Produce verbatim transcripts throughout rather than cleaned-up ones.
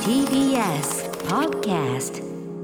ティービーエス Podcast。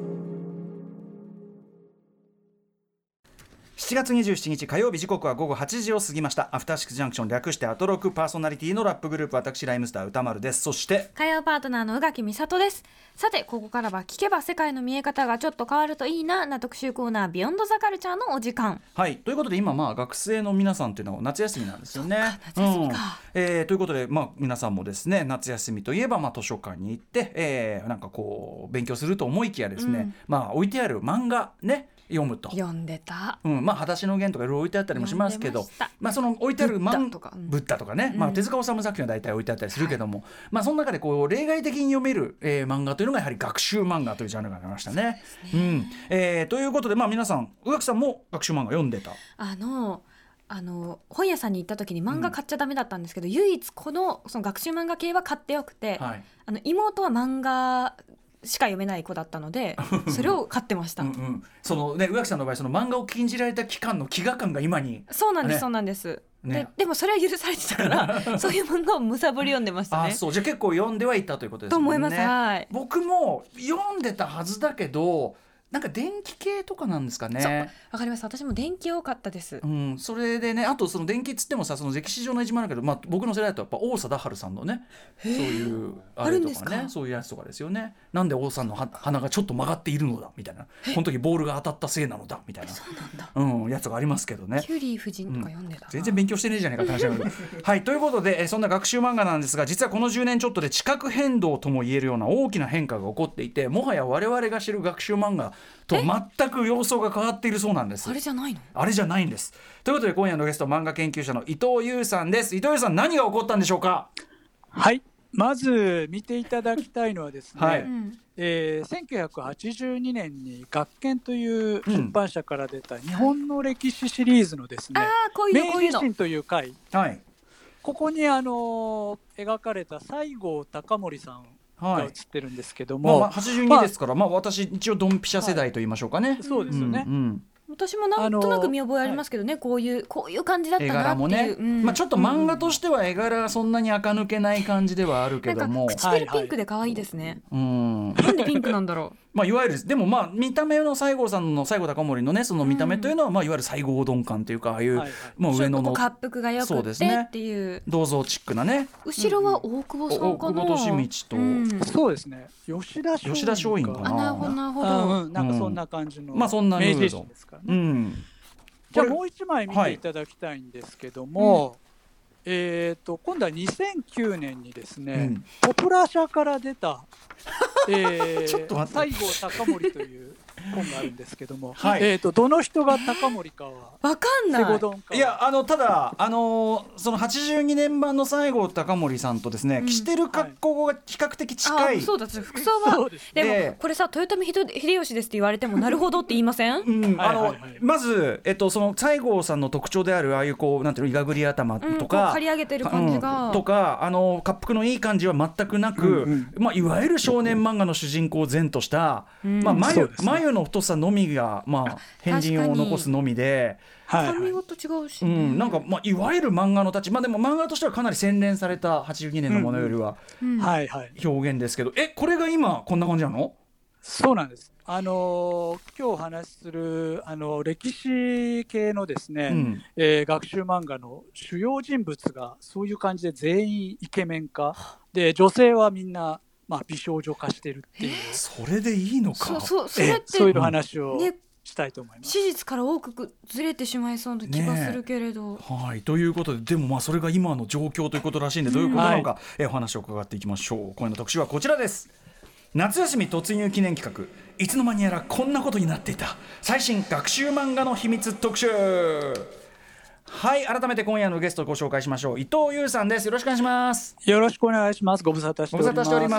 しちがつにじゅうしちにち火曜日、時刻は午後はちじを過ぎました。アフターシックスジャンクション、略してアトロク、パーソナリティのラップグループ、私ライムスター歌丸です。そして火曜パートナーの宇垣美里です。さて、ここからは聞けば世界の見え方がちょっと変わるといいなな特集コーナー、ビヨンドザカルチャーのお時間。 はい、ということで今まあ学生の皆さんというのは夏休みなんですよね。 夏休みか、 うんえー、ということで、まあ、皆さんもですね、夏休みといえばまあ図書館に行って、えー、なんかこう勉強すると思いきやですね、うん、まあ置いてある漫画ね読むと読んでた、 うんまあ、裸足の弦とかいろいろ置いてあったりもしますけど、ままあ、その置いてある漫画ブッダとかね、うんまあ、手塚治虫作品は大体置いてあったりするけども、はいまあ、その中でこう例外的に読める、えー、漫画というのがやはり学習漫画というジャンルがありましたね。ねうんえー、ということで、まあ、皆さん宇垣さんも学習漫画読んでた。 あのあの本屋さんに行った時に漫画買っちゃダメだったんですけど、うん、唯一こ の, その学習漫画系は買ってよくて、はい、あの妹は漫画しか読めない子だったのでそれを買ってましたうん、うん、 そのね、宇垣さんの場合その漫画を禁じられた期間の飢餓感が今にそうなんです、ね、そうなんです、ね、で, でもそれは許されてたからそういう漫画をむさぼり読んでましたね。 あそうじゃあ結構読んではいたということですね。 と思います、はい、 僕も読んでたはずだけどなんか電気系とかなんですかね。 わかります。私も電気多かったです、 うん、それでね、あとその電気っつってもさ、その歴史上のいじもあるけど、まあ、僕の世代だとやっぱ王貞治さんのねそういうあれとかね、そういうやつとかですよね。なんで王さんの鼻がちょっと曲がっているのだみたいな、この時ボールが当たったせいなのだみたいな、 そうなんだ、 うん、やつがありますけどね。 キュリー夫人とか読んでた、 うん、全然勉強してねえじゃねえかって話なんではいということで、そんな学習漫画なんですが、実はこのじゅうねんちょっとで地殻変動とも言えるような大きな変化が起こっていて、もはや我々が知る学習漫画と全く様相が変わっているそうなんです。 あれじゃないの？ あれじゃないんです。ということで今夜のゲスト、漫画研究者の伊藤優さんです。伊藤優さん、何が起こったんでしょうか？ はい、まず見ていただきたいのはですね、はいえー、せんきゅうひゃくはちじゅうにねんに学研という出版社から出た日本の歴史シリーズのですね、うん、明治維新という回、はい、ここにあの描かれた西郷隆盛さんが映ってるんですけども、 はいまあ、はちじゅうにですから、まあまあ、私一応ドンピシャ世代と言いましょうかね、はい、 そうですよね、うんうん私もなんとなく見覚えありますけどね、こういうこういう感じだったなっていう絵柄もね、 うんまあ、ちょっと漫画としては絵柄がそんなに垢抜けない感じではあるけども、 なんか唇ピンクで可愛いですね、はいはい、うんなんでピンクなんだろうまあ、いわゆるでもまあ見た目の西郷さんの西郷隆盛のねその見た目というのは、まあいわゆる西郷どん感というか、ああいう、はいはい、もう上野の滑腹がよくってっていう銅像チックなね。 後ろは大久保さんかな、 大久保利通と、うん、 そうですね、吉田松陰吉田松陰かな、 あなるほどなるほど、 うん、なんかそんな感じの、 うん、まあそんな明治維新ですからね、うんじゃあもう一枚見ていただきたいんですけども、はいえー、と今度はにせんきゅうねんにですね、うん、ポプラ社から出た、えー、 ちょっと待って西郷隆盛という本があるんですけども、はいえー、とどの人が隆盛かは分かんないいやあのただ、あのー、そのはちじゅうにねん版の西郷隆盛さんとですね、うん、着てる格好が比較的近い、はい、 あそうだ服装はで, でも、えー、これさ豊臣秀吉ですって言われてもなるほどって言いません、 うんあのはいはいはい、まず、えっと、その西郷さんの特徴であるああいうこうなんていうのいがぐり頭とか、 うん、刈り上げてる感じが、 うん、とかあの滑腹のいい感じは全くなく、うんうんまあ、いわゆる少年漫画の主人公を前とした、うんまあ、眉, 眉の太さのみが、まあ、変人を残すのみで髪型違うし、ねうん、なんか、まあ、いわゆる漫画の立ち、まあ、でも漫画としてはかなり洗練されたはちじゅうにねんのものよりは表現ですけど、うんうん、えこれが今こんな感じなの？ そうなんです。あのー、今日お話しするあの歴史系のですね、うんえー、学習漫画の主要人物がそういう感じで全員イケメン化で女性はみんな、まあ、美少女化してるっていう、 それでいいのか。 そ, そ, それってそういう話を、ねしたいと思います。 史実から多くずれてしまいそうな気がするけれど、 ね、はいということででもまあそれが今の状況ということらしいんで、どういうことなのか、うん、えお話を伺っていきましょう。今夜の特集はこちらです。夏休み突入記念企画、いつの間にやらこんなことになっていた最新学習漫画の秘密特集。はい改めて今夜のゲストをご紹介しましょう。伊藤優さんです。よろしくお願いします。 よろしくお願いします。ご無沙汰しております。 ご無沙汰しております。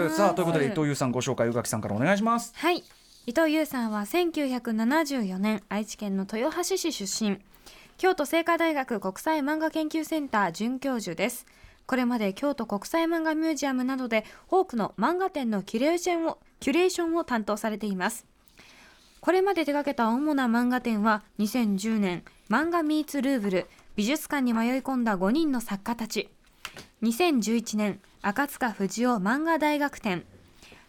さあということで伊藤優さんご紹介、宇垣さんからお願いします。 はい伊藤優さんはせんきゅうひゃくななじゅうよねん愛知県の豊橋市出身、京都精華大学国際漫画研究センター准教授です。これまで京都国際漫画ミュージアムなどで多くの漫画展のキュレーションを、キュレーションを担当されています。これまで手掛けた主な漫画展はにせんじゅうねん漫画ミーツルーブル、美術館に迷い込んだごにんの作家たち、にせんじゅういちねん赤塚不二夫漫画大学展、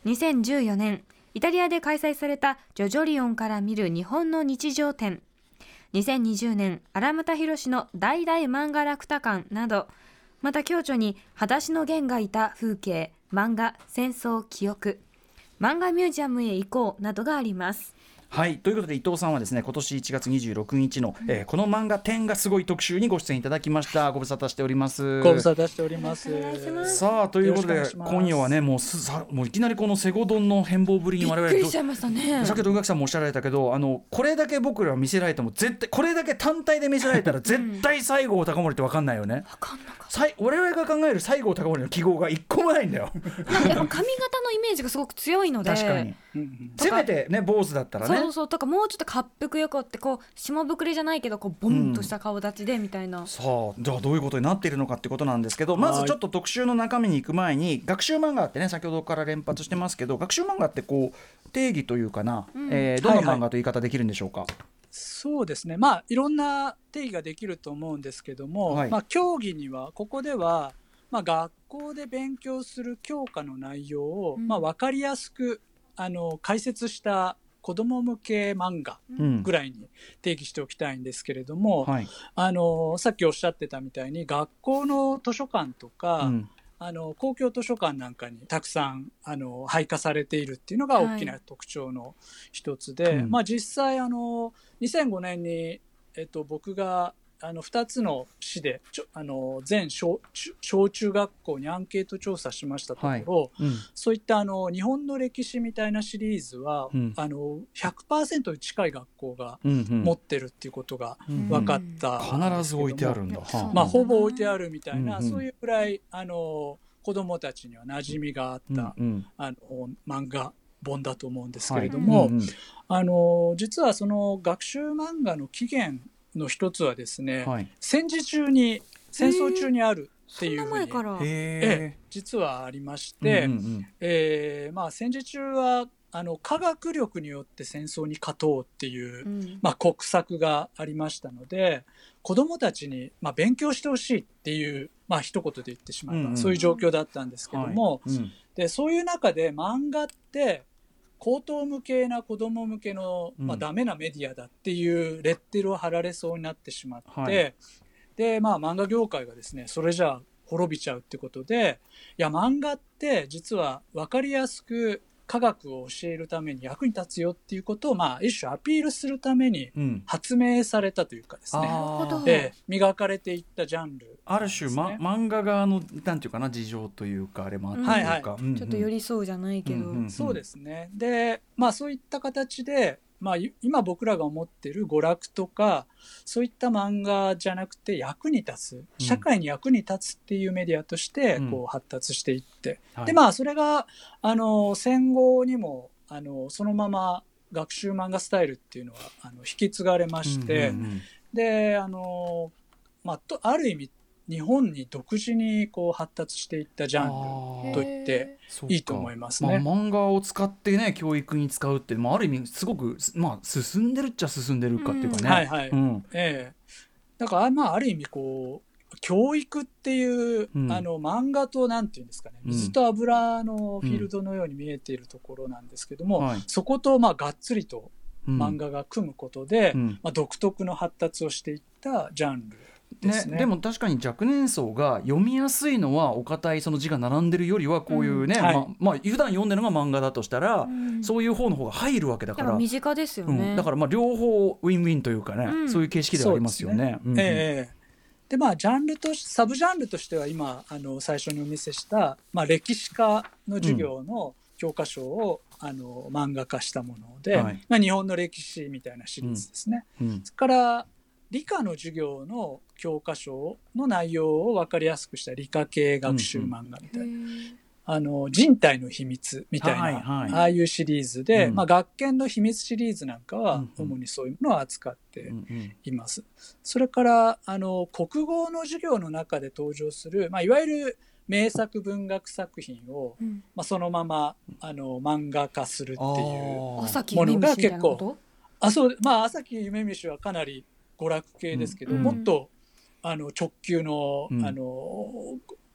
にせんじゅうよねんイタリアで開催されたジョジョリオンから見る日本の日常展、にせんにじゅうねん荒俣宏の大々漫画楽多館など、また共著に裸足のゲンがいた風景、漫画、戦争、記憶、漫画ミュージアムへ行こうなどがあります。 はい、ということで伊藤さんはですね、今年いちがつにじゅうろくにちの、えー、この漫画展がすごい特集にご出演いただきました。ご無沙汰しております。 ご無沙汰しております。 さあということで今夜はね、もうすさもういきなりこのセゴドンの変貌ぶりに我々 びっくりしちゃいましたね。 先ほど宇垣さんもおっしゃられたけど、あのこれだけ僕ら見せられても絶対これだけ単体で見せられたら絶対西郷隆盛って分かんないよね。 分かんなかった。 我々が考える西郷隆盛の記号が一個もないんだよ。 なんかでも髪型のイメージがすごく強いので確かにせめてね坊主だったらね、 そうそうとかもうちょっと滑腹よくってこう下ぶくれじゃないけどこうボンとした顔立ちでみたいな、うん、 さあじゃあどういうことになっているのかってことなんですけど、まずちょっと特集の中身に行く前に、学習漫画ってね先ほどから連発してますけど、学習漫画ってこう定義というかな、うんえー、どんな漫画という言い方できるんでしょうか。はいはい、 そうですね、まあいろんな定義ができると思うんですけども、はいまあ、競技にはここでは、まあ、学校で勉強する教科の内容を、うんまあ、分かりやすくあの解説した子ども向け漫画ぐらいに定義しておきたいんですけれども、うんはい、あのさっきおっしゃってたみたいに学校の図書館とか、うん、あの公共図書館なんかにたくさんあの配下されているっていうのが大きな特徴の一つで、はいまあ、実際あのにせんごねんに、えっと、僕があのふたつの市でちょあの全 小, 小中学校にアンケート調査しましたところ、はいうん、そういったあの日本の歴史みたいなシリーズは、うん、あの ひゃくパーセント に近い学校が持ってるっていうことが分かった、 うんうん、必ず置いてあるんだ、 まあ、ほぼ置いてあるみたいな、うんうん、そういうくらいあの子どもたちには馴染みがあった、うんうん、あの漫画本だと思うんですけれども、はいうんうん、あの実はその学習漫画の起源の一つはですね、はい、戦時中に戦争中にあるっていうふうに、ええ、実はありまして、うんうんうんえーまあ、戦時中はあの科学力によって戦争に勝とうっていう、うんまあ、国策がありましたので、子どもたちに、まあ、勉強してほしいっていう、まあ一言で言ってしまえば、うんうん、そういう状況だったんですけども、はいうん、でそういう中で漫画って高等無形な子ども向けの、まあ、ダメなメディアだっていうレッテルを貼られそうになってしまって、はい、で、まあ、漫画業界がですねそれじゃあ滅びちゃうってことで、いや漫画って実は分かりやすく科学を教えるために役に立つよっていうことを、まあ、一種アピールするために発明されたというかですね、うんえー、磨かれていったジャンル、ね、 ある種、ま、漫画側のなんていうかな事情というかあれもあったというか、はいはいうんうん、ちょっと寄り添うじゃないけど、うんうんうん、 そうですね。で、まあ、そういった形で、まあ、今僕らが思っている娯楽とかそういった漫画じゃなくて役に立つ社会に役に立つっていうメディアとしてこう発達していって、うん、でまあそれがあの戦後にもあのそのまま学習漫画スタイルっていうのはあの引き継がれまして、うんうんうん、であの、まあ、とある意味日本に独自にこう発達していったジャンルと言っていいと思いますね。 まあ、漫画を使ってね教育に使うって、まあ、ある意味すごく、まあ、進んでるっちゃ進んでるかっていうかね、うん、 はいはい、うんえー、だから、まあ、ある意味こう教育っていう、うん、あの漫画となんていうんですかね、水と油のフィールドのように見えているところなんですけども、うんはい、そことまあがっつりと漫画が組むことで、うんまあ、独特の発達をしていったジャンルですね。 ね、でも確かに若年層が読みやすいのはお堅いその字が並んでるよりはこういうね、うんはいままあ、普段読んでるのが漫画だとしたら、うん、そういう方の方が入るわけだから身近ですよね、 うん、だからまあ両方ウィンウィンというかね、うん、そういう形式ではありますよね。 ええでまあジャンルとしサブジャンルとしては今あの最初にお見せした、まあ、歴史科の授業の教科書を、うん、あの漫画化したもので、はいまあ、日本の歴史みたいなシリーズですね、うんうん、それから理科の授業の教科書の内容を分かりやすくした理科系学習漫画みたいな、うんうん、あの人体の秘密みたいな、はいはい、ああいうシリーズで、うんまあ、学研の秘密シリーズなんかは主にそういうものを扱っています、うんうん、それからあの国語の授業の中で登場する、まあ、いわゆる名作文学作品を、うんまあ、そのままあの漫画化するっていうものが結構あそう、まあ、朝木夢飯はかなり娯楽系ですけど、うん、もっとあの直球の、うん、あの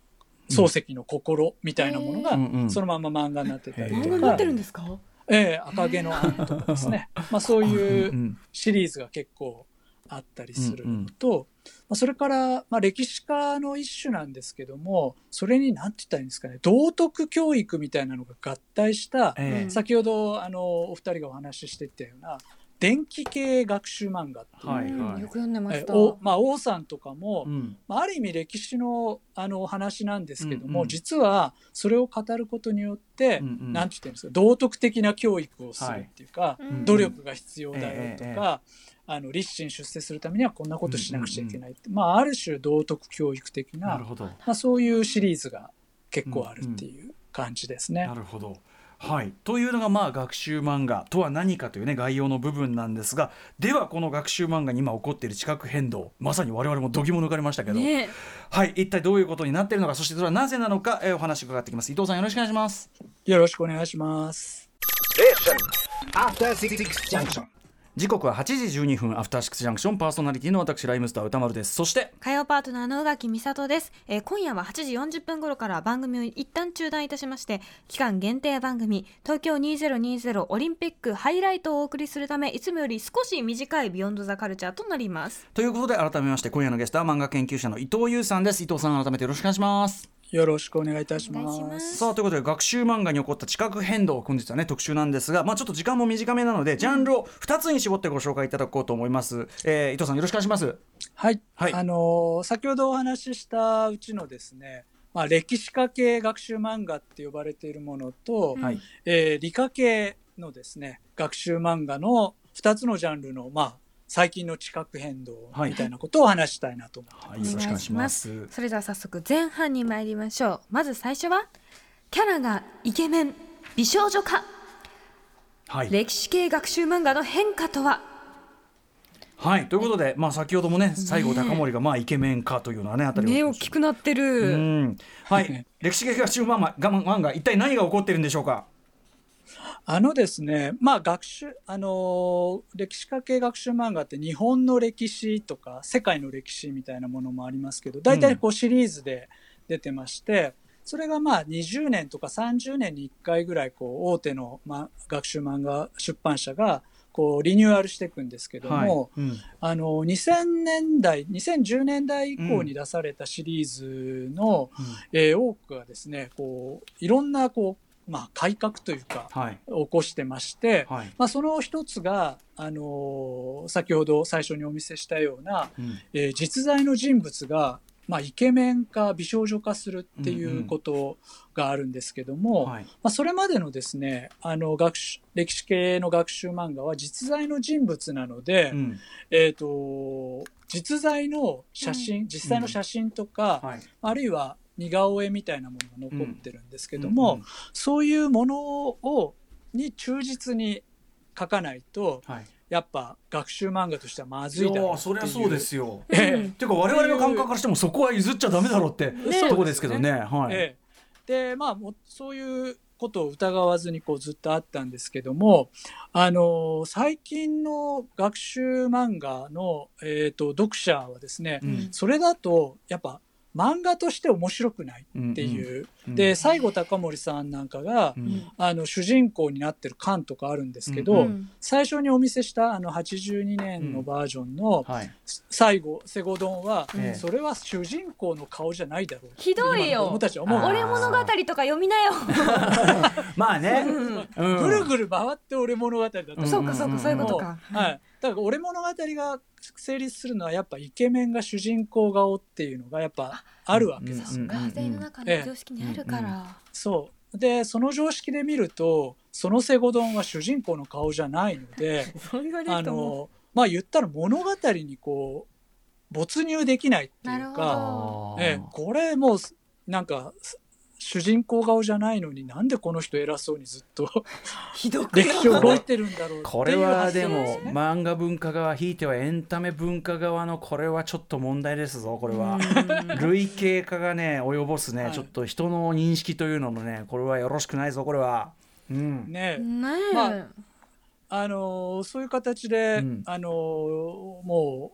漱石の心みたいなものがそのまま漫画になってたりとか、 漫画になってるんですか？ ええ、赤毛のアンとかですねまあそういうシリーズが結構あったりするのと、うんうん、まあ、それから、まあ、歴史家の一種なんですけども、それに何て言ったらいいんですかね、道徳教育みたいなのが合体した、えー、先ほどあのお二人がお話ししていたような電気系学習漫画っていう、はいはい、よく読んでました。お、まあ、王さんとかも、うんまあ、ある意味歴史のあのお話なんですけども、うんうん、実はそれを語ることによって、うんうん、なんて言ってるんですか、道徳的な教育をするっていうか、はい、努力が必要だよとか、えーえーあの立身出世するためにはこんなことしなくちゃいけないって、うんうんうん、まあ、ある種道徳教育的な、なるほど、まあ、そういうシリーズが結構あるっていう感じですね。 うんうん、なるほど、はい、というのがまあ学習漫画とは何かという、ね、概要の部分なんですが、ではこの学習漫画に今起こっている地殻変動、まさに我々も度肝抜かれましたけど、ね、はい、一体どういうことになっているのか、そしてそれはなぜなのか、えー、お話伺ってきます。伊藤さん、よろしくお願いします。 よろしくお願いします。 時刻ははちじじゅうにふん、アフターシックスジャンクション、パーソナリティの私ライムスター歌丸です。そして火曜パートナーの宇垣美里です。えー、今夜ははちじよんじゅっぷん頃から番組を一旦中断いたしまして、期間限定番組東京にせんにじゅうオリンピックハイライトをお送りするため、いつもより少し短いビヨンドザカルチャーとなります。 ということで改めまして今夜のゲストは漫画研究者の伊藤優さんです。伊藤さん、改めてよろしくお願いします。 よろしくお願いいたします。 さあ、ということで学習漫画に起こった地殻変動、本日はね特集なんですが、まあ、ちょっと時間も短めなのでジャンルをふたつに絞ってご紹介いただこうと思います。えー、伊藤さん、よろしくお願いします。 はい、はい、あのー、先ほどお話ししたうちのですね、まあ、歴史家系学習漫画って呼ばれているものと、はい、えー、理科系のですね学習漫画のふたつのジャンルの、まあ最近の地殻変動みたいなことを話したいなと思ってます。はいはい、よろしくお願いします。 それでは早速前半に参りましょう。まず最初はキャラがイケメン美少女化、はい、歴史系学習漫画の変化とは。 はい、ということで、まあ、先ほどもね西郷隆盛がまあイケメン化というのはねあたり目大きくなってる、うん、 はい、歴史系学習漫画、漫画一体何が起こっているんでしょうか。 あのですね、まあ学習、あのー、歴史家系学習漫画って日本の歴史とか世界の歴史みたいなものもありますけど、大体こうシリーズで出てまして、うん、それがまあにじゅうねんとかさんじゅうねんにいっかいぐらいこう大手の、まあ、学習漫画出版社がこうリニューアルしていくんですけども、はい、うん、あのにせんねんだいにせんじゅうねんだい以降に出されたシリーズの、うん、えー、多くがですねこういろんなこうまあ、改革というか、はい、起こしてまして、はい、まあ、その一つが、あのー、先ほど最初にお見せしたような、うん、えー、実在の人物が、まあ、イケメン化美少女化するっていうことがあるんですけども、うんうん、はい、まあ、それまでのですねあの学習歴史系の学習漫画は実在の人物なので、うん、えーと、実在の写真、うん、実際の写真とか、うん、はい、あるいは似顔絵みたいなものが残ってるんですけども、うんうんうん、そういうものをに忠実に描かないと、はい、やっぱ学習漫画としてはまずいだろうっていう。 いや、そりゃそうですよ。えー、ていうか我々の感覚からしてもそこは譲っちゃダメだろうってとこですけどね。はい、 えー、でまあもそういうことを疑わずにこうずっとあったんですけども、あのー、最近の学習漫画の、えーと、読者はですね、うん、それだとやっぱ漫画として面白くないっていう、うんうん、で西郷隆盛さんなんかが、うん、あの主人公になってる巻とかあるんですけど、うん、最初にお見せしたあのはちじゅうにねんのバージョンの、うん、はい、西郷西郷どんは、うん、それは主人公の顔じゃないだろう、 ひどいよ、 俺物語とか読みなよまあね、 うん、ぐるぐる回って俺物語だった、うん、 そうかそうか、そういうことか、 はい、だから俺物語が成立するのはやっぱイケメンが主人公顔っていうのがやっぱあるわけですよね。 全員の中の常識にあるから、 ええ、そうでその常識で見るとその西郷どんは主人公の顔じゃないのであのまあ言ったら物語にこう没入できないっていうか、ええ、これもうなんか主人公顔じゃないのになんでこの人偉そうにずっとひどく歴史を動いてるんだろうっていう、 これはでも漫画文化側ひいてはエンタメ文化側のこれはちょっと問題ですぞ。これは類型化がね及ぼすね、はい、ちょっと人の認識というののねこれはよろしくないぞこれは、うん、 ねえ、ねえ、まああのー、そういう形で、うん、あのー、もう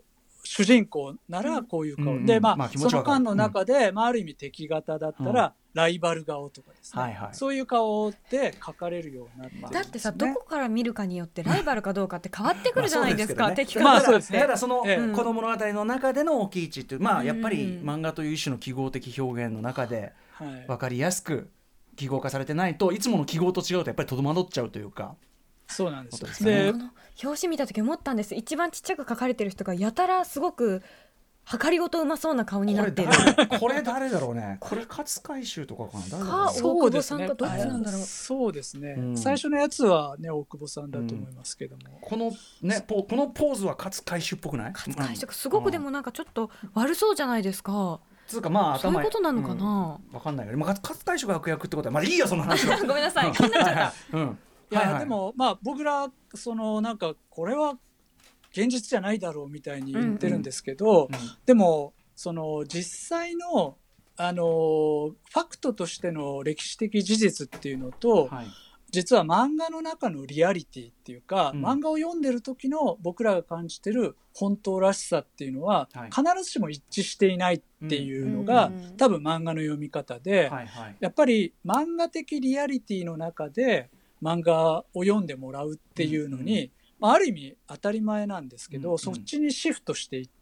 主人公ならこういう顔、うん、で、まあまあ、その間の中で、うんまあ、ある意味敵型だったら、うん、ライバル顔とかですね、はいはい、そういう顔で描かれるようになってるんですね。 だってさどこから見るかによってライバルかどうかって変わってくるじゃないですか、まあ敵方まあそうですね、ただその、ええ、この物語の中での置き位置っていう、まあ、やっぱり漫画という一種の記号的表現の中で分かりやすく記号化されてないといつもの記号と違うとやっぱりとどまどっちゃうというか。 そうなんですよ。 でこの表紙見た時思ったんです。一番ちっちゃく描かれてる人がやたらすごく測りごとうまそうな顔になってる。 これ, これ誰だろうね。これ勝海舟とかかな。誰だろう。 か大久保さんかどっちなんだろう。 そうですね、うん、最初のやつはね大久保さんだと思いますけども、うん、 このねこのポーズは勝海舟っぽくない？ 勝海舟すごくでもなんかちょっと悪そうじゃないですか。 つうかまあそういうことなのかな、 うん、分かんないけど、まあ、勝海舟が悪役ってことはまあいいよその話は。 ごめんなさい気になっちゃった。 うんいや、 はいはい、 でもまあ僕らそのなんかこれは現実じゃないだろうみたいに言ってるんですけど、うんうん、でもその実際のあのファクトとしての歴史的事実っていうのと、はい、実は漫画の中のリアリティっていうか、うん、漫画を読んでる時の僕らが感じてる本当らしさっていうのは、はい、必ずしも一致していないっていうのが、うん、多分漫画の読み方で、はいはい、やっぱり漫画的リアリティの中で漫画を読んでもらうっていうのに、うんまあ、ある意味当たり前なんですけど、うん、そっちにシフトしていって、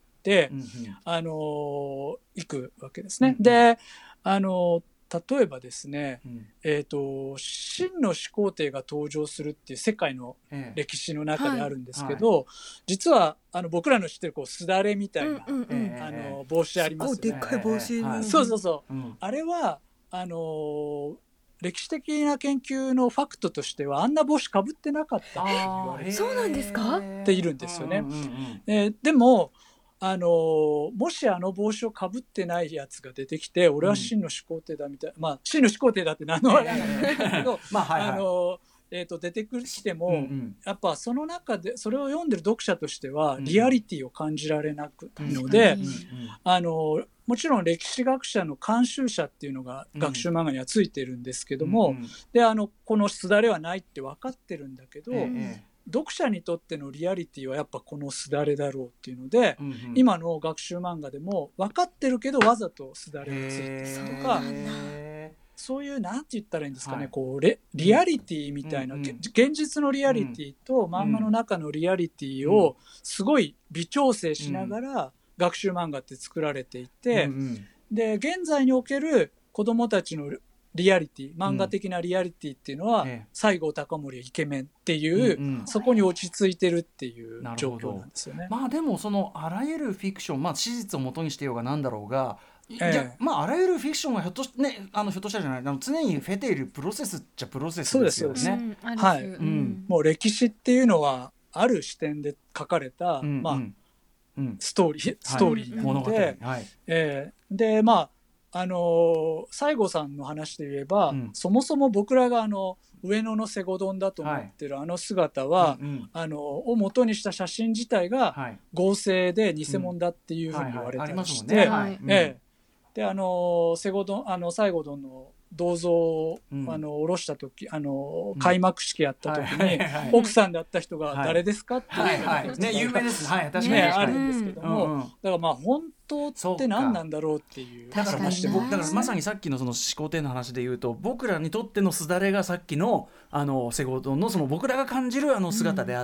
うん、あのー、いくわけですね。うん、で、あのー、例えばですね、うん、えーと、真の始皇帝が登場するっていう世界の歴史の中であるんですけど、ええはい、実はあの僕らの知ってるこうすだれみたいな、うんうんうん、あの帽子ありますよね。 すごいでっかい帽子、えはい、そうそうそう、うん、あれはあのー歴史的な研究のファクトとしてはあんな帽子かぶってなかったって言われてそうなんですかっているんですよね、うんうんうんえー、でもあのー、もしあの帽子をかぶってないやつが出てきて俺は真の始皇帝だみたいな、うん、まあ真の始皇帝だって名乗らないんだけどまあ、はいはい、あのーえー、と出てきても、うんうん、やっぱその中でそれを読んでる読者としてはリアリティを感じられなくなるので、うんうんうん、あのもちろん歴史学者の監修者っていうのが学習漫画にはついてるんですけども、うんうん、であのこのすだれはないって分かってるんだけど、うん、読者にとってのリアリティはやっぱこのすだれだろうっていうので、うんうん、今の学習漫画でも分かってるけどわざとすだれをついてるとかそういうなんて言ったらいいんですかね、はい、こうレリアリティみたいな、うんうん、現実のリアリティと漫画の中のリアリティをすごい微調整しながら学習漫画って作られていて、うんうん、で現在における子どもたちのリアリティ漫画的なリアリティっていうのは、うん、西郷隆盛イケメンっていう、うんうん、そこに落ち着いてるっていう状況なんですよね。 まあでもそのあらゆるフィクション、まあ、史実を元にしてようがなんだろうがいや、ええ、まああらゆるフィクションがひょっとし、ね、あのひょっとしたらじゃないあの常にフェているプロセスっちゃプロセスですよね。 そうです、うん、はい、うん、もう歴史っていうのはある視点で書かれた、うんまあうん、ストーリーストーリーなので、はいはいえー、でまああのー、西郷さんの話で言えば、うん、そもそも僕らがあの上野の西郷どんだと思ってるあの姿は、はいうんうん、あのを元にした写真自体が合成で偽物だっていうふうに言われたりして、であの西郷どんあの西郷どんの銅像を、うん、あの下ろした時あの開幕式やった時に、うんはいはいはい、奥さんだった人が誰ですか、はい、っていう、 はいはいね、有名です、はい、確かに、 ね、あるんですけども、うんうん、だからまあ本当って何なんだろうっていうだからまして僕だからまさにさっきのその始皇帝の話で言うと僕らにとってのすだれがさっきのあの西郷どんのその僕らが感じるあの姿であって、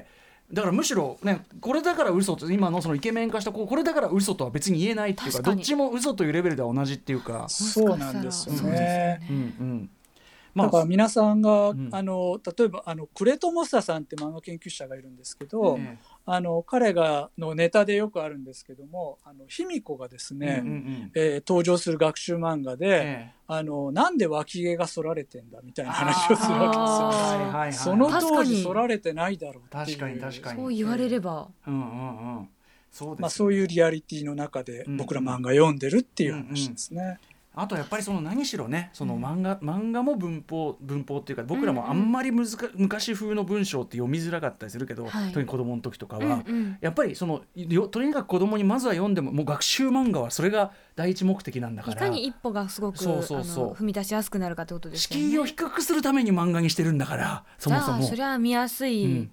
うん、だからむしろねこれだから嘘と今のそのイケメン化したこれだから嘘とは別に言えないっていうかどっちも嘘というレベルでは同じっていうかそうなんですよね、 うんうんだから皆さんが、うん、あの例えばあの呉友久さんって漫画研究者がいるんですけど、うん、あの彼がのネタでよくあるんですけどもあの卑弥呼がですね、うんうんえー、登場する学習漫画で、えー、あのなんで脇毛が剃られてんだみたいな話をするわけですよ、その当時剃られてないだろうっていう確かに確かにそう言われれば、 うんうんうんそうですね、 まあ、そういうリアリティの中で僕ら漫画読んでるっていう話ですね、うんうんうんあとやっぱりその何しろねその漫画、うん、漫画も文法文法っていうか僕らもあんまりむずか、うんうん、昔風の文章って読みづらかったりするけど、はい、特に子供の時とかは、うんうん、やっぱりそのとにかく子供にまずは読んでももう学習漫画はそれが第一目的なんだからいかに一歩がすごくそうそうそうあの踏み出しやすくなるかってことですよね。 敷居を低くするために漫画にしてるんだからそもそもじゃあそれは見やすい、うん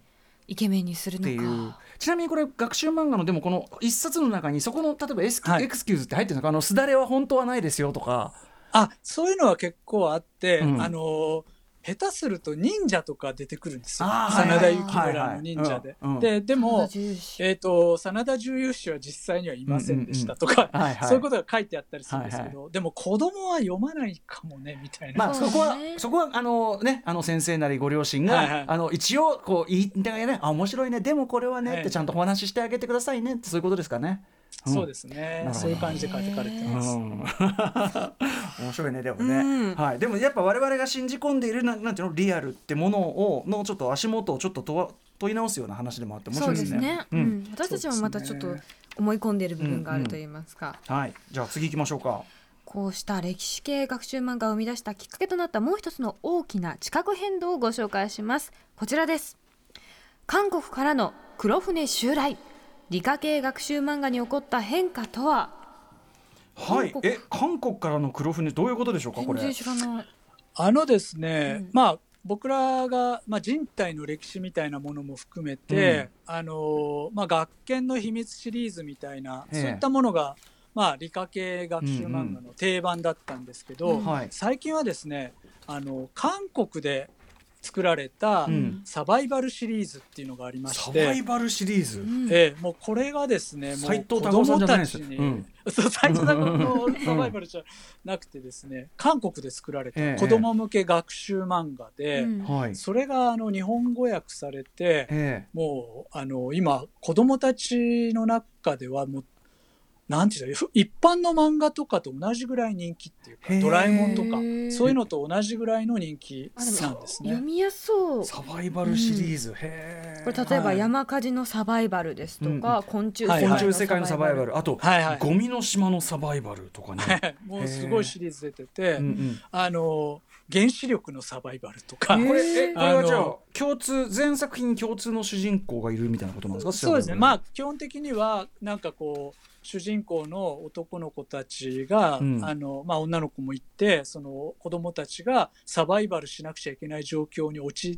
イケメンにするのか。 ちなみにこれ学習漫画のでもこの一冊の中にそこの例えばエス、はい、エクスキューズって入ってるのか、あのすだれは本当はないですよとか、 あ、そういうのは結構あって、うん、あの下手すると忍者とか出てくるんですよ、真田幸村の忍者で、はいはい、ででも、えーと、真田重勇士は実際にはいませんでしたとか、うんうんはいはい、そういうことが書いてあったりするんですけど、はいはい、でも子供は読まないかもねみたいな、 まあ、そこはそこはあの、ね、あの先生なりご両親が、はいはい、あの一応こう言いながらね、あ面白いね、でもこれはねってちゃんとお話ししてあげてくださいねって、そういうことですかね。 うん、そうですね、そういう感じで書かれてます、うん、 面白いねでもね、うんはい、でもやっぱ我々が信じ込んでいる な, なんていうのリアルってものをのちょっと足元をちょっと問問い直すような話でもあって面白いですね。 そうですね、うんうん、私たちもまたちょっと思い込んでいる部分があるといいますか、 うんうんはい、じゃあ次行きましょうか。 こうした歴史系学習漫画を生み出したきっかけとなったもう一つの大きな地殻変動をご紹介します。こちらです。韓国からの黒船襲来、理科系学習漫画に起こった変化とは。 はい、え韓国からの黒船どういうことでしょうか。これ全然知らない。 あのですね、うん、まあ僕らが、まあ、人体の歴史みたいなものも含めて、うんあのまあ、学研の秘密シリーズみたいなそういったものが、まあ、理科系学習漫画の定番だったんですけど、うんうん、最近はですね、あの韓国で作られたサバイバルシリーズっていうのがありまして、 サバイバルシリーズ、 ええ、もうこれがですね、もう子供たちに、うん、そう斉藤孝のサバイバルじゃなくてですね、韓国で作られた子供向け学習漫画で、ええ、それがあの日本語訳されて、ええ、もうあの今子供たちの中ではもうなんていうの、一般の漫画とかと同じぐらい人気っていうか、ドラえもんとかそういうのと同じぐらいの人気なんですね。 読みやすそう。 サバイバルシリーズ、うん、へこれ例えば山火事のサバイバルですとか、はい、昆虫昆虫世界のサバイバル、あと、はいはい、ゴミの島のサバイバルとかねもうすごいシリーズ出てて、うんうん、あの原子力のサバイバルとか、 これえこれはじゃあ共通全作品共通の主人公がいるみたいなことなんですか。 そうですね、まあ基本的にはなんかこう主人公の男の子たちが、うんあのまあ、女の子もいて、その子供たちがサバイバルしなくちゃいけない状況に陥って、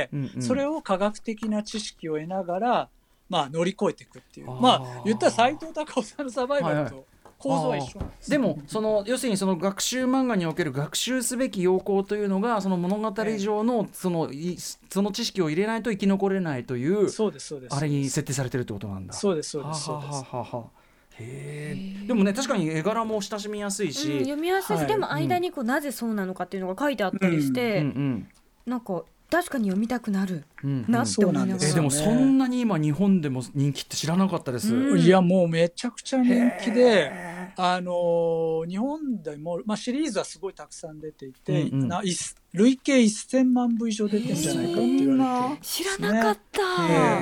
うんうん、それを科学的な知識を得ながら、まあ、乗り越えていくっていう、あまあ言ったら斉藤孝夫さんのサバイバルと構造は一緒なんです、 でもその要するにその学習漫画における学習すべき要項というのがその物語上のその、えー、その知識を入れないと生き残れないという、 そうですそうですあれに設定されてるってことなんだ。 そうですそうですそうです。ははははへーでもね確かに絵柄も親しみやすいし、うん、 読みやすいし、はい、でも間にこうなぜそうなのかっていうのが書いてあったりして、うんうん、なんか確かに読みたくなるなって思いながら、うんうん、 えでもそんなに今日本でも人気って知らなかったです、 うん、いやもうめちゃくちゃ人気で、あのー、日本でも、まあ、シリーズはすごいたくさん出ていて、うんうん、な累計せんまんぶ以上出てるんじゃないかって言われて、 知らなかった、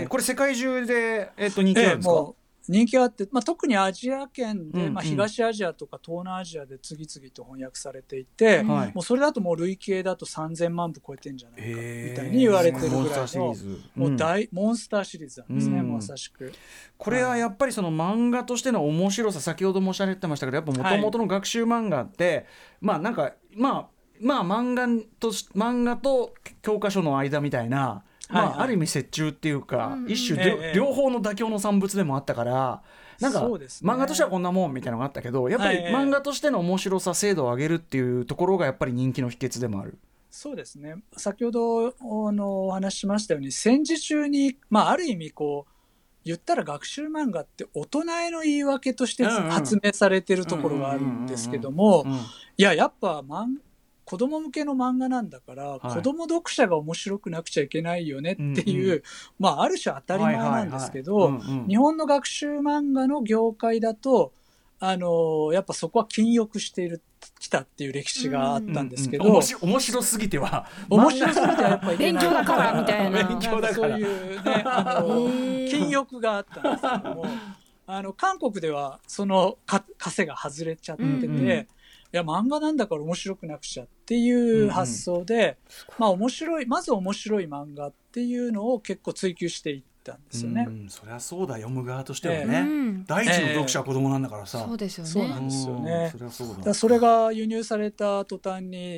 これ世界中で、えー、と人気あるんですか。えー人気があって、まあ、特にアジア圏で、うんうんまあ、東アジアとか東南アジアで次々と翻訳されていて、うん、もうそれだともう累計だとさんぜんまんぶ超えてんじゃないかみたいに言われてるぐらいのもう大モンスターシリーズなんですね、うん、まさしく。 これはやっぱりその漫画としての面白さ、先ほど申し上げてましたけど、やっぱもともとの学習漫画って、はい、まあなんかまあまあ漫画と漫画と教科書の間みたいな、まあ、はいはい、ある意味折衷っていうか、うんうん、一種、ええ、両方の妥協の産物でもあったからなんか、ね、漫画としてはこんなもんみたいなのがあったけど、やっぱり漫画としての面白さ、精度を上げるっていうところがやっぱり人気の秘訣でもある。 そうですね、先ほどあのお話ししましたように戦時中に、まあ、ある意味こう言ったら学習漫画って大人への言い訳として発明されてるところがあるんですけども、いややっぱ漫画子供向けの漫画なんだから、はい、子供読者が面白くなくちゃいけないよねっていう、うんうん、まあある種当たり前なんですけど、日本の学習漫画の業界だとあのー、やっぱそこは禁欲しているきたっていう歴史があったんですけど、うんうんうん、 面白すぎては面白すぎてはやっぱり勉強だからみたいな勉強だからそういうねあの禁欲があったんですけども、あの韓国ではその枷が外れちゃってて、うんうん、いや漫画なんだから面白くなくちゃっていう発想で、うんうん、まあ面白いまず面白い漫画っていうのを結構追求していったんですよね。 うんうん、そりゃそうだ、読む側としてはね、えー、第一の読者は子供なんだからさ、 えー、そうですよね。 そうなんですよね。 それはそうだ。 だそれが輸入された途端に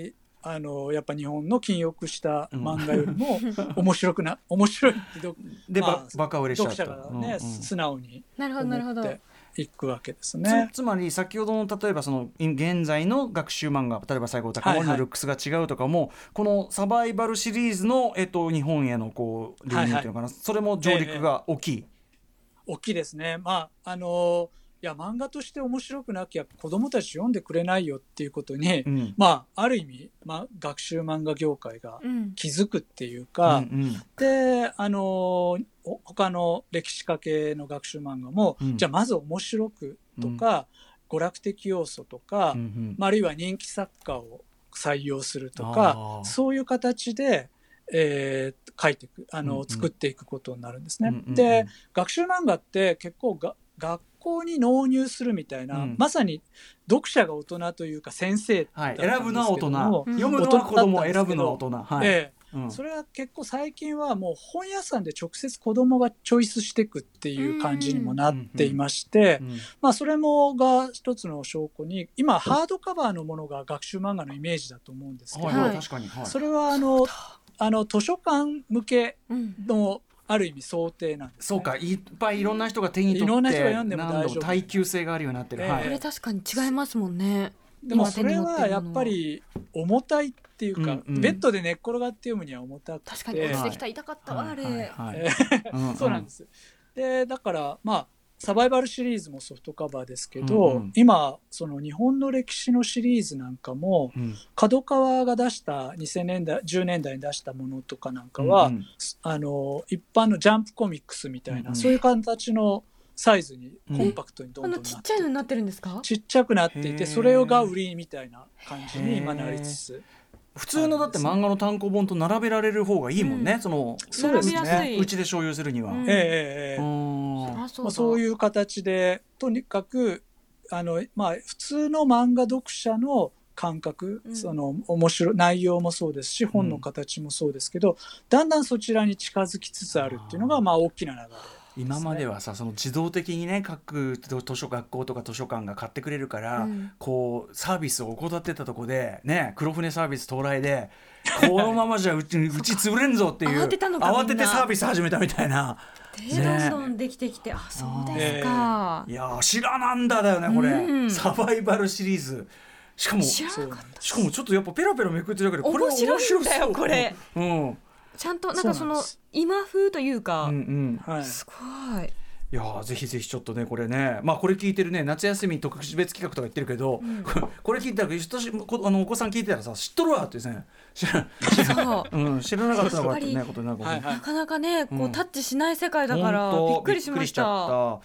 あのやっぱ日本の禁欲した漫画よりも面白くな、うん、面白いってどで、 まあ、 バカ売れしちゃった読者がね、うんうん、素直に思っていくわけですね。 つ, つまり先ほどの例えばその現在の学習漫画、例えば西郷隆盛のルックスが違うとかも、はいはい、このサバイバルシリーズの、えっと、日本へのこう流入というのかな、はいはい、それも上陸が大きい、 えー、大きいですね。まああのーいや漫画として面白くなきゃ子どもたち読んでくれないよっていうことに、うん、まあある意味、まあ、学習漫画業界が気づくっていうか、うんうんうん、であの他の歴史家系の学習漫画も、うん、じゃあまず面白くとか、うん、娯楽的要素とか、うんうんまあ、あるいは人気作家を採用するとか、そういう形でえー、書いていくあの、うんうん、作っていくことになるんですね、うんうんうん、で学習漫画って結構が学校に納入するみたいな、うん、まさに読者が大人というか先生だったんですけども、はい、選ぶのは大人、 読むのは子供、選ぶのは大人、はいえーうん、それは結構最近はもう本屋さんで直接子供がチョイスしていくっていう感じにもなっていまして、うんうんうんまあ、それもが一つの証拠に今ハードカバーのものが学習漫画のイメージだと思うんですけど、はいはい、それはあのあの図書館向けのある意味想定なんです、ね、 そうか、いっぱいいろんな人が手に取って、いろんな人が読んでも大丈夫、耐久性があるようになってる、 えーはい、これ確かに違いますもんね。 でもそれはやっぱり重たいっていうか、うんうん、ベッドで寝っ転がって読むには重たくて、 確かに落ちてきた痛かったわ、はい、あれ、はいはいそうなんです。でだからまあサバイバルシリーズもソフトカバーですけど、うんうん、今その日本の歴史のシリーズなんかも、うん、角川が出したにせんねんだいじゅうねんだいに出したものとかなんかは、うんうん、あの一般のジャンプコミックスみたいな、うんうん、そういう形のサイズにコンパクトにどんどんなって、 うん、ちっちゃいのになってるんですか？ ちっちゃくなっていて、それが売りみたいな感じに今なりつつ、 普通のだって漫画の単行本と並べられる方がいいもんね、うん、そのそうですね、 うちで所有するには、うんえーえーまあ、そういう形でとにかくあの、まあ、普通の漫画読者の感覚、うん、その面白い内容もそうですし本の形もそうですけど、うん、だんだんそちらに近づきつつあるっていうのがまあ大きな流れ。 今まではさ、その自動的にね各図書学校とか図書館が買ってくれるから、うん、こうサービスを怠ってたとこでね、黒船サービス到来でこのままじゃうちうち潰れんぞっていう慌てたのか、 慌ててサービス始めたみたいなで、ね、どんどんできてきて、あそうですか、 えー、いや知らなんだだよねこれ、うん、サバイバルシリーズしかも知らなかった。 しかもちょっとやっぱペラペラめくってるだけでこれ面白そう面白いんだよこれ、 うん、 ちゃんとなんかその今風というか、 うんうん、 はい、すごい。 いやぜひぜひちょっとねこれね、まあこれ聞いてるね夏休み特別企画とか言ってるけど、うん、これ聞いたらあのお子さん聞いてたらさ知っとるわってね知ら、知ら、うん、知らなかったのかってねことになるかも、はいはい、 なかなかねこうタッチしない世界だから、うん、びっくりしました。 はい、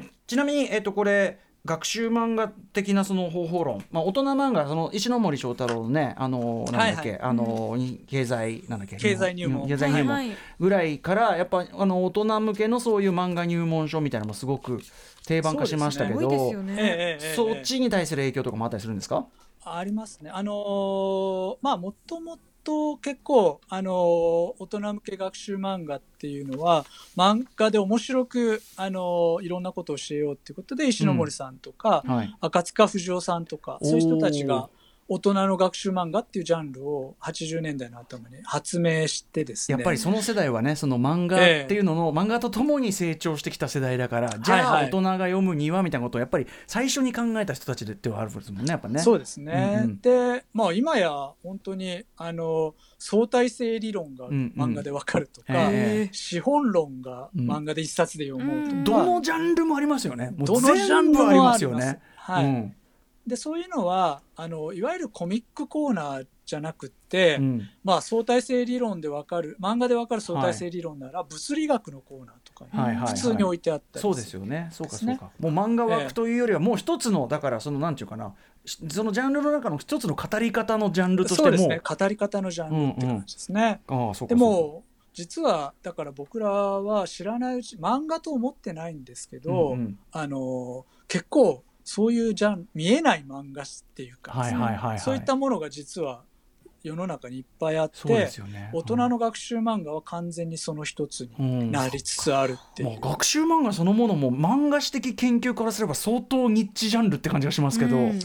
ちなみにえっとこれ学習漫画的なその方法論、まあ、大人漫画その石ノ森章太郎のねあのなんだっけ、はいはい、あの、うん、経済なんだっけ経済入門経済入門ぐらいからやっぱあの大人向けのそういう漫画入門書みたいなのもすごく定番化しましたけど、 そ,、ねねええ、そっちに対する影響とかもあったりするんですか？ ありますね。あのー、まあもともと結構あのー、大人向け学習漫画っていうのは漫画で面白く、あのー、いろんなことを教えようっていうことで石ノ森さんとか、うんはい、赤塚不二夫さんとかそういう人たちが大人の学習漫画っていうジャンルをはちじゅうねんだいの頭に発明してですね、 やっぱりその世代はねその漫画っていうのの、えー、漫画とともに成長してきた世代だからじゃあ大人が読むにはみたいなことをやっぱり最初に考えた人たちではあるんですもんねやっぱね。 そうですね、うんうん、で、まあ、今や本当にあの相対性理論が漫画でわかるとか、うんうんえー、資本論が漫画で一冊で読もうとか、うん、 どのジャンルもありますよね。もう全部ありますよね。 はい、うんでそういうのはあのいわゆるコミックコーナーじゃなくって、うんまあ、相対性理論で分かる漫画で分かる相対性理論なら、はい、物理学のコーナーとかに普通に置いてあったりする、 そうですよね。そうかそうか、もう漫画枠というよりはもう一つのだからそのなんていうかなそのジャンルの中の一つの語り方のジャンルとしてもそうですね語り方のジャンルって感じですね、うんうん、ああそうかそうか。でも実はだから僕らは知らないうち漫画と思ってないんですけど、うんうん、あの結構そういうジャン見えない漫画っていうか、はいはいはいはい、そういったものが実は世の中にいっぱいあって、ねうん、大人の学習漫画は完全にその一つになりつつあるっていう、うん、 まあ、学習漫画そのものも漫画史的研究からすれば相当ニッチジャンルって感じがしますけど、うん、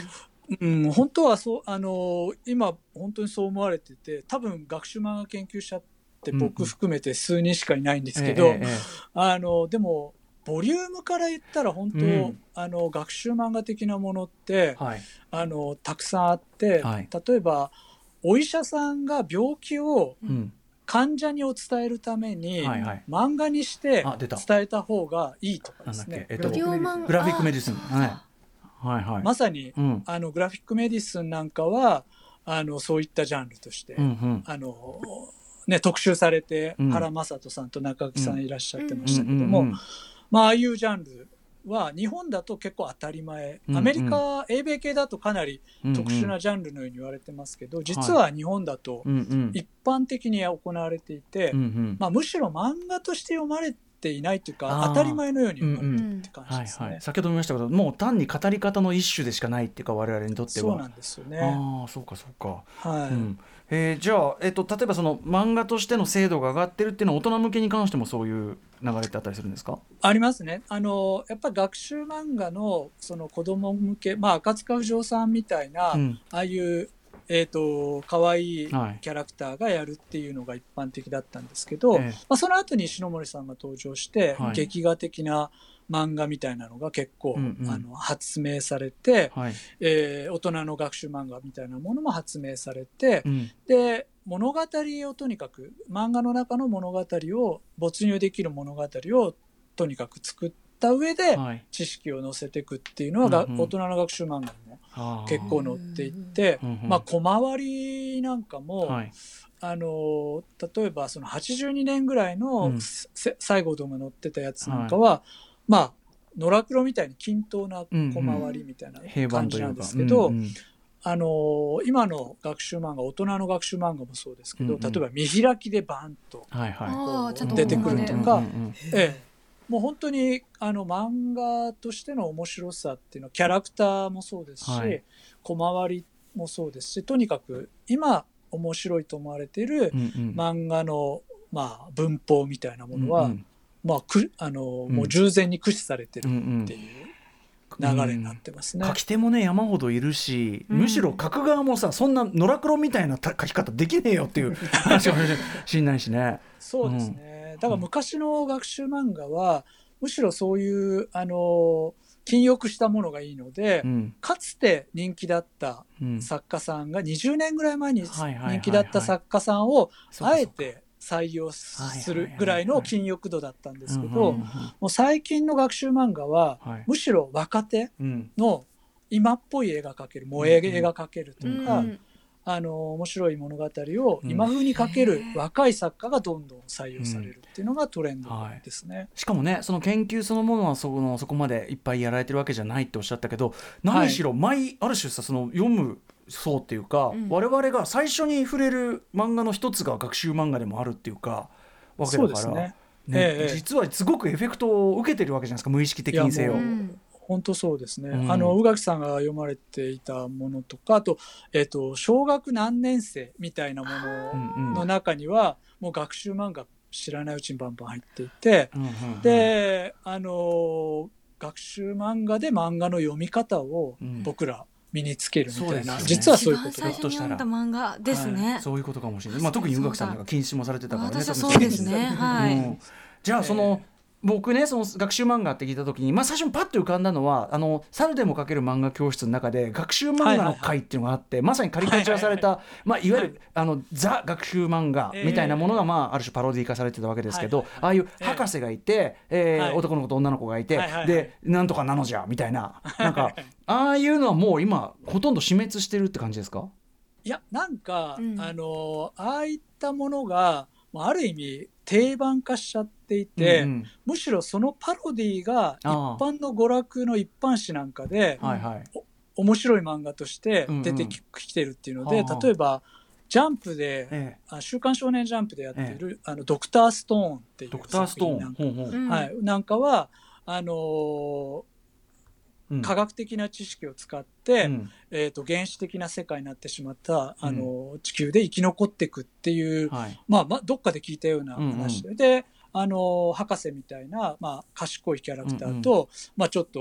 うん、本当はそうあの今本当にそう思われてて、多分学習漫画研究者って僕含めて数人しかいないんですけど、うんうんええええ、あのでもボリュームから言ったら本当、うん、あの学習漫画的なものって、はい、あのたくさんあって、はい、例えばお医者さんが病気を患者にを伝えるために、はいはい、漫画にして伝えた方がいいとかですね、 えっと、グラフィックメディスン、はいはいはい、 まさに、うん、あのグラフィックメディスンなんかはあのそういったジャンルとして、うんうんあのね、特集されて、うん、原正人さんと中垣さんいらっしゃってましたけども、うんうんうんまあ、ああいうジャンルは日本だと結構当たり前、うんうん、アメリカ英米系だとかなり特殊なジャンルのように言われてますけど、うんうん、実は日本だと一般的に行われていて、うんうんまあ、むしろ漫画として読まれてていないというか当たり前のように読まれてるって感じですね、はいはい、 先ほども言いましたけどもう単に語り方の一種でしかないっていうか我々にとってはそうなんですよね。 あそうかそうか、 はいうんえー、じゃあ、えー、と例えばその漫画としての精度が上がってるっていうのは大人向けに関してもそういう流れってあったりするんですか？ ありますね。あのやっぱり学習漫画のその子供向け、まあ、赤塚不二夫さんみたいな、うん、ああいうえーと、可愛いキャラクターがやるっていうのが一般的だったんですけど、はいまあ、その後に石ノ森さんが登場して、はい、劇画的な漫画みたいなのが結構、うんうん、あの発明されて、はいえー、大人の学習漫画みたいなものも発明されて、うん、で物語をとにかく漫画の中の物語を没入できる物語をとにかく作ってた上で知識を載せていくっていうのは、はい、大人の学習漫画にも結構載っていって、うんまあ、小回りなんかも、はい、あの例えばそのはちじゅうにねんぐらいの、うん、西郷どんが載ってたやつなんかは、はい、まあ野良黒みたいに均等な小回りみたいな感じなんですけど、うんうんあの今の学習漫画大人の学習漫画もそうですけど、うんうん、例えば見開きでバーンと、はいはい、出てくるとか、うんうんうんええもう本当にあの漫画としての面白さっていうのはキャラクターもそうですし、はい、小回りもそうですしとにかく今面白いと思われている漫画の、まあ、文法みたいなものは、うんうんまあ、くあのもう従前に駆使されてるっていう流れになってますね、 うんうん、書き手もね山ほどいるし、うん、むしろ書く側もさそんな野良黒みたいな書き方できねえよっていう話かもしれないしねそうですね、うんだから昔の学習漫画はむしろそういうあの禁欲したものがいいので、うん、かつて人気だった作家さんがにじゅうねんぐらい前に人気だった作家さんをあえて採用するぐらいの禁欲度だったんですけどもう最近の学習漫画はむしろ若手の今っぽい絵が描ける萌え絵が描けるとか、うんうんあの面白い物語を今風に描ける若い作家がどんどん採用されるっていうのがトレンドですね、うんはい、 しかもねその研究そのものは そ, のそこまでいっぱいやられてるわけじゃないっておっしゃったけど何しろ毎、はい、ある種さその読む層っていうか、うん、我々が最初に触れる漫画の一つが学習漫画でもあるっていうかわけだから、そうですねね、ええ、実はすごくエフェクトを受けてるわけじゃないですか無意識的にせよ。 本当そうですね、うん、あの宇垣さんが読まれていたものとかあと、えーと、小学何年生みたいなものの中にはもう学習漫画知らないうちにバンバン入っていて、うんうんうん、であの学習漫画で漫画の読み方を僕ら身につけるみたいな、うんね、実はそういうことだとしたら漫画ですね、 はい、そういうことかもしれない、まあ、特に宇垣さんなんか禁止もされてたからね。 私はそうですね、はい、うん、 じゃあその、えー僕ねその学習漫画って聞いた時に、まあ、最初にパッと浮かんだのはあの猿でも描ける漫画教室の中で学習漫画の会っていうのがあって、はいはいはい、まさにカリカチュアされた、はいはいはいまあ、いわゆる、はい、あのザ学習漫画みたいなものが、まあ、ある種パロディ化されてたわけですけど、はいはいはい、ああいう博士がいて、えーはい、男の子と女の子がいて、はいはいはい、でなんとかなのじゃみたいななんかああいうのはもう今ほとんど死滅してるって感じですか？ いやなんか、うん、あのああいったものがある意味定番化しちゃっていて、うんうん、むしろそのパロディが一般の娯楽の一般誌なんかで、はいはい、面白い漫画として出てきてるっていうので、うんうん、例えばジャンプで、ええ、週刊少年ジャンプでやっている、ええ、あのドクターストーンっていう作品なんか、ほうほう、はい、なんかはあのーうん、科学的な知識を使って、うんえー、と原始的な世界になってしまった、あの、うん、地球で生き残っていくっていう、はいまあまあ、どっかで聞いたような話で、うんうん、であの博士みたいな、まあ、賢いキャラクターと、うんうんまあ、ちょっと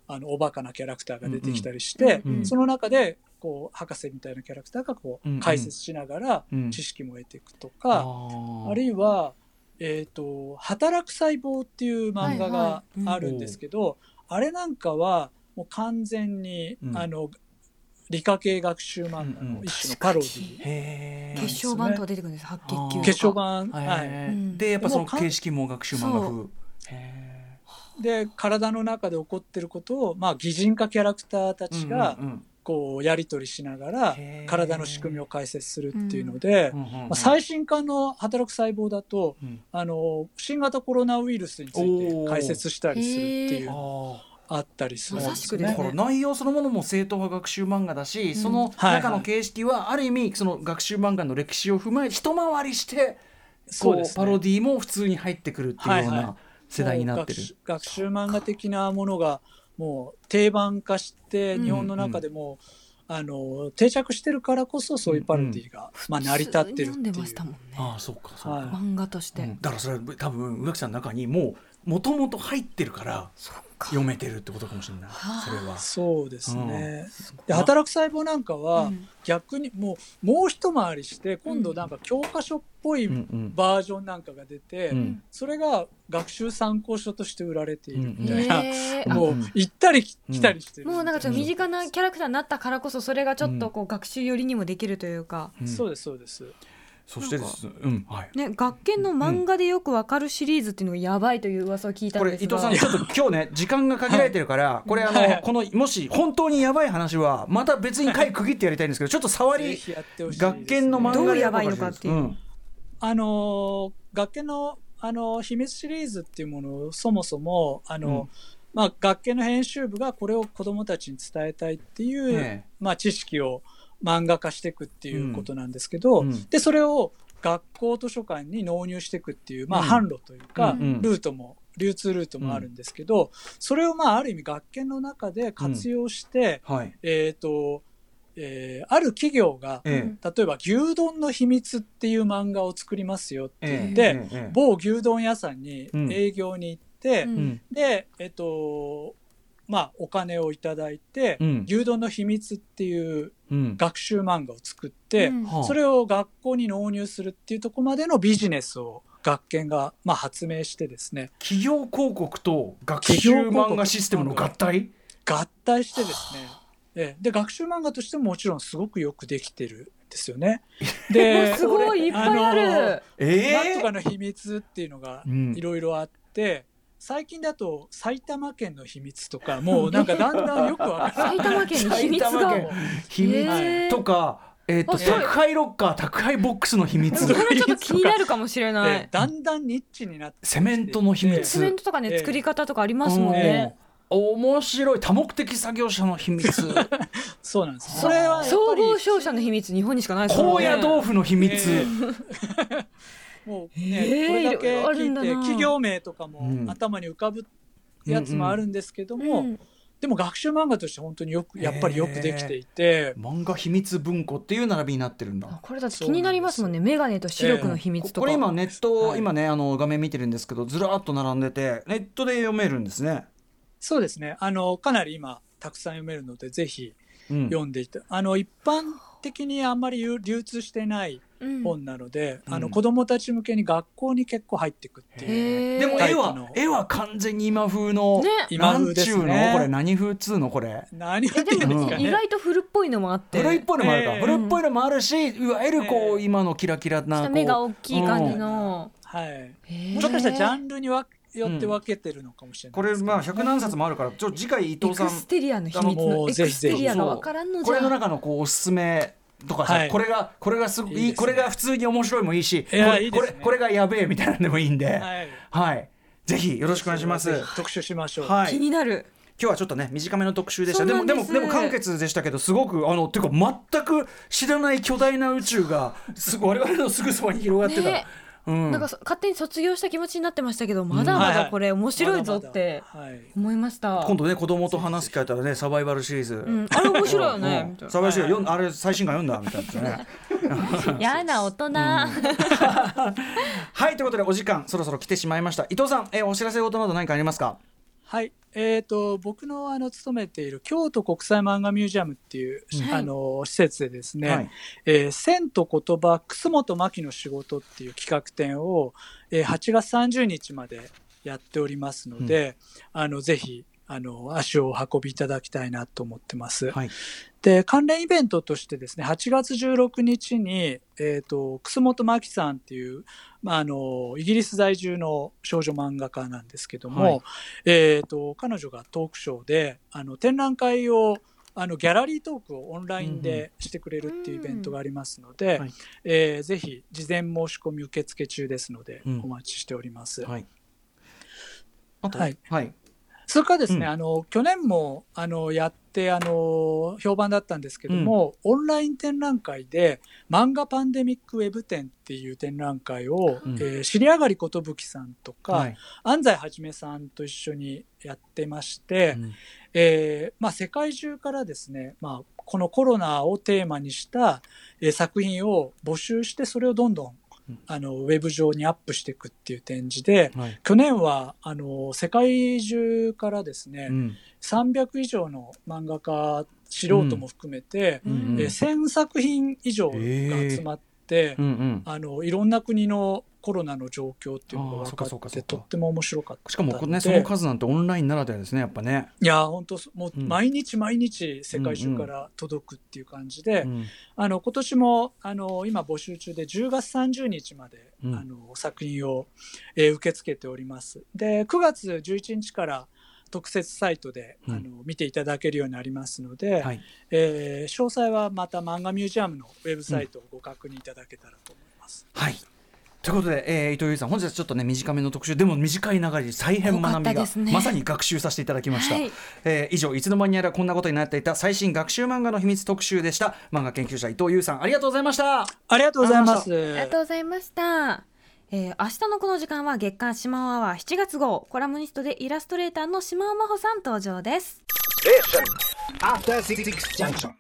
あのおバカなキャラクターが出てきたりして、 うんうん、 その中でこう博士みたいなキャラクターがこう解説しながら知識も得ていくとか、うんうん、あるいは、えーと、働く細胞っていう漫画があるんですけど、はいはい、うん、あれなんかはもう完全に、うん、あの理科系学習漫画の一種のパロディ、 うんうん、結晶版とか出てくるんです。白血球結晶版、はい、 でやっぱその形式も学習漫画風で体の中で起こってることを、まあ、擬人化キャラクターたちがこうやり取りしながら体の仕組みを解説するっていうので、まあ、最新刊の働く細胞だと、うん、あの新型コロナウイルスについて解説したりするっていうあったりするんですね。 だから内容そのものも正統派学習漫画だし、うん、その中の形式はある意味その学習漫画の歴史を踏まえて一回りしてこう、ね、パロディも普通に入ってくるっていうような、はいはい、世代になってる。 学, 学習漫画的なものがもう定番化して日本の中でも、うん、あの定着してるからこそそういうパロディが、うん、まあ、成り立ってるっていう。 読んでましたもんね。 ああそうかそうか、はい、 漫画として、 うん、だからそれは多分宇垣さんの中にもうもともと入ってるから読めてるってことかもしれない。それはそうですね、うん、で働く細胞なんかは逆にもうもう一回りして今度なんか教科書っぽいバージョンなんかが出て、うんうん、それが学習参考書として売られているみたいな、うん、もう行ったり来たりしてる、 うん、もうなんかちょっと身近なキャラクターになったからこそそれがちょっとこう学習寄りにもできるというか、 うん、そうですそうです。 そしてです、うんはいね、学研の漫画でよくわかるシリーズっていうのがやばいという噂を聞いたんですが、 これ伊藤さんちょっと今日ね時間が限られてるから、はい、これあの、はい、このもし本当にやばい話はまた別に回区切ってやりたいんですけどちょっと触り、ね、学研の漫画でどうやばいのかっていう、うん、 あの学研のあの秘密シリーズっていうものをそもそもあの、うん、まあ、学研の編集部がこれを子どもたちに伝えたいっていう、ね、まあ、知識を漫画化していくっていうことなんですけど、うん、でそれを学校図書館に納入していくっていう、まあ、販路というか、うん、ルートも流通ルートもあるんですけど、うん、それをまあある意味学研の中で活用して、うん、はい、えーとえー、ある企業が、ええ、例えば牛丼の秘密っていう漫画を作りますよって言って、ええ、某牛丼屋さんに営業に行って、うん、で、えっとまあ、お金をいただいて、うん、牛丼の秘密っていう学習漫画を作って、うん、それを学校に納入するっていうところまでのビジネスを学研がまあ発明してですね、 企業広告と学習漫画システムの合体合体してですね、えで学習漫画としてももちろんすごくよくできてるんですよね。 ですごいいっぱいある、 えー、なんとかの秘密っていうのがいろいろあって、うん、最近だと埼玉県の秘密とかもうなんかだんだんよくわかる埼玉県の秘密が秘密とか、えー、と宅配ロッカー宅配ボックスの秘密これちょっと気になるかもしれない、 えー、だんだんニッチになってセメントの秘密、 セメントとかね、えー、作り方とかありますもんね、 えー、面白い多目的作業者の秘密そうなんです。それは総合商社の秘密日本にしかないですもんね。高野豆腐の秘密、えーもうね、えー、これだけ聞いて企業名とかも頭に浮かぶやつもあるんですけども、うんうん、でも学習漫画として本当によくやっぱりよくできていて、 えー、漫画秘密文庫っていう並びになってるんだ。 これだって気になりますもんね。メガネと視力の秘密とか、 えー、これ今ネット、はい、今ねあの画面見てるんですけどずらっと並んでてネットで読めるんですね。 そうですね、あのかなり今たくさん読めるのでぜひ読んでいて、うん、あの一般的にあんまり流通してない本なので、うん、あの子どもたち向けに学校に結構入っていくっていう、 でも絵は絵は完全に今風の、ね、 今風ですね。 なんちゅうのこれ何風っつうのこれ何風っていうんですかね、 意外と古っぽいのもあって古いっぽいのもあるか、えー、古っぽいのもあるしいわゆるこう、えー、今のキラキラなこう目が大きい感じの、 うん、はい、もしかしたらジャンルに分よって分けてるのかもしれない、 うん、これまあひゃく何冊もあるからちょ次回伊藤さんエクステリアの秘密のエクステリアが分からんのじゃこれの中のこうおすすめとかさ、はい、これがこれがすごいいい、これが普通に面白いもいいし、これ、いいですね、これこれがやべえみたいなんでもいいんで、はい、はい、ぜひよろしくお願いします。 特集しましょう、 はい、気になる。 今日はちょっとね短めの特集でした。でもでもでも簡潔でしたけどすごくあのていうか全く知らない巨大な宇宙がす我々のすぐそばに広がってた、ね、うん、なんか勝手に卒業した気持ちになってましたけどまだまだこれ面白いぞって思いました、 うんはい、今度ね子供と話す機会あったらねサバイバルシリーズ、うん、 あれ面白いよね、 うん、サバイバルシリーズ、はい、あれ最新刊読んだみたいなねやな大人、うん、 はいということでお時間そろそろ来てしまいました。伊藤さん、えー、お知らせ事など何かありますか？ はい、 えー、と僕のあの勤めている京都国際漫画ミュージアムっていう、うん、あの施設でですね、はい、えー、線と言葉楠本真希の仕事っていう企画展を、えー、はちがつさんじゅうにちまでやっておりますので、うん、あのぜひあの足をお運びいただきたいなと思ってます。はい、で関連イベントとしてですね、はちがつじゅうろくにちに、えー、と楠本真希さんっていう、まあ、あのイギリス在住の少女漫画家なんですけども、はい、えー、と彼女がトークショーであの展覧会をあのギャラリートークをオンラインでしてくれるっていうイベントがありますので、うん、はい、えー、ぜひ事前申し込み受付中ですので、うん、お待ちしております。はい、 あと、はい、はい、 それからですね、うん、あの去年もあのやってあの評判だったんですけども、うん、オンライン展覧会で漫画パンデミックウェブ展っていう展覧会を、うん、えー、尻上がりことぶきさんとか、はい、安西はじめさんと一緒にやってまして、うん、えーまあ、世界中からですね、まあ、このコロナをテーマにした、えー、作品を募集して、それをどんどんあのウェブ上にアップしていくっていう展示で、はい、去年はあの世界中からですね、うん、さんびゃくいじょうの漫画家素人も含めて、うん、えー、せんさくひん以上が集まって、えーうんうん、あのいろんな国のコロナの状況っていうのが分かってとっても面白かった。 しかも、ね、その数なんてオンラインならではですね、やっぱね。 いや本当もう毎日毎日世界中から届くっていう感じで、うんうん、あの今年もあの今募集中でじゅうがつさんじゅうにちまで、うん、あの作品を、えー、受け付けております。でくがつじゅういちにちから特設サイトで、うん、あの見ていただけるようになりますので、はい、えー、詳細はまた漫画ミュージアムのウェブサイトをご確認いただけたらと思います。 うん、はい、ということで、えー、伊藤優さん、本日はちょっとね短めの特集でも短い流れで大変学びが、ね、まさに学習させていただきました。はい、えー、以上いつの間にやらこんなことになっていた最新学習漫画の秘密特集でした。漫画研究者伊藤優さん、ありがとうございました。 ありがとうございます。 ありがとうございました。えー、明日のこの時間は月刊しまおアワーしちがつ号、コラムニストでイラストレーターの島尾真帆さん登場です。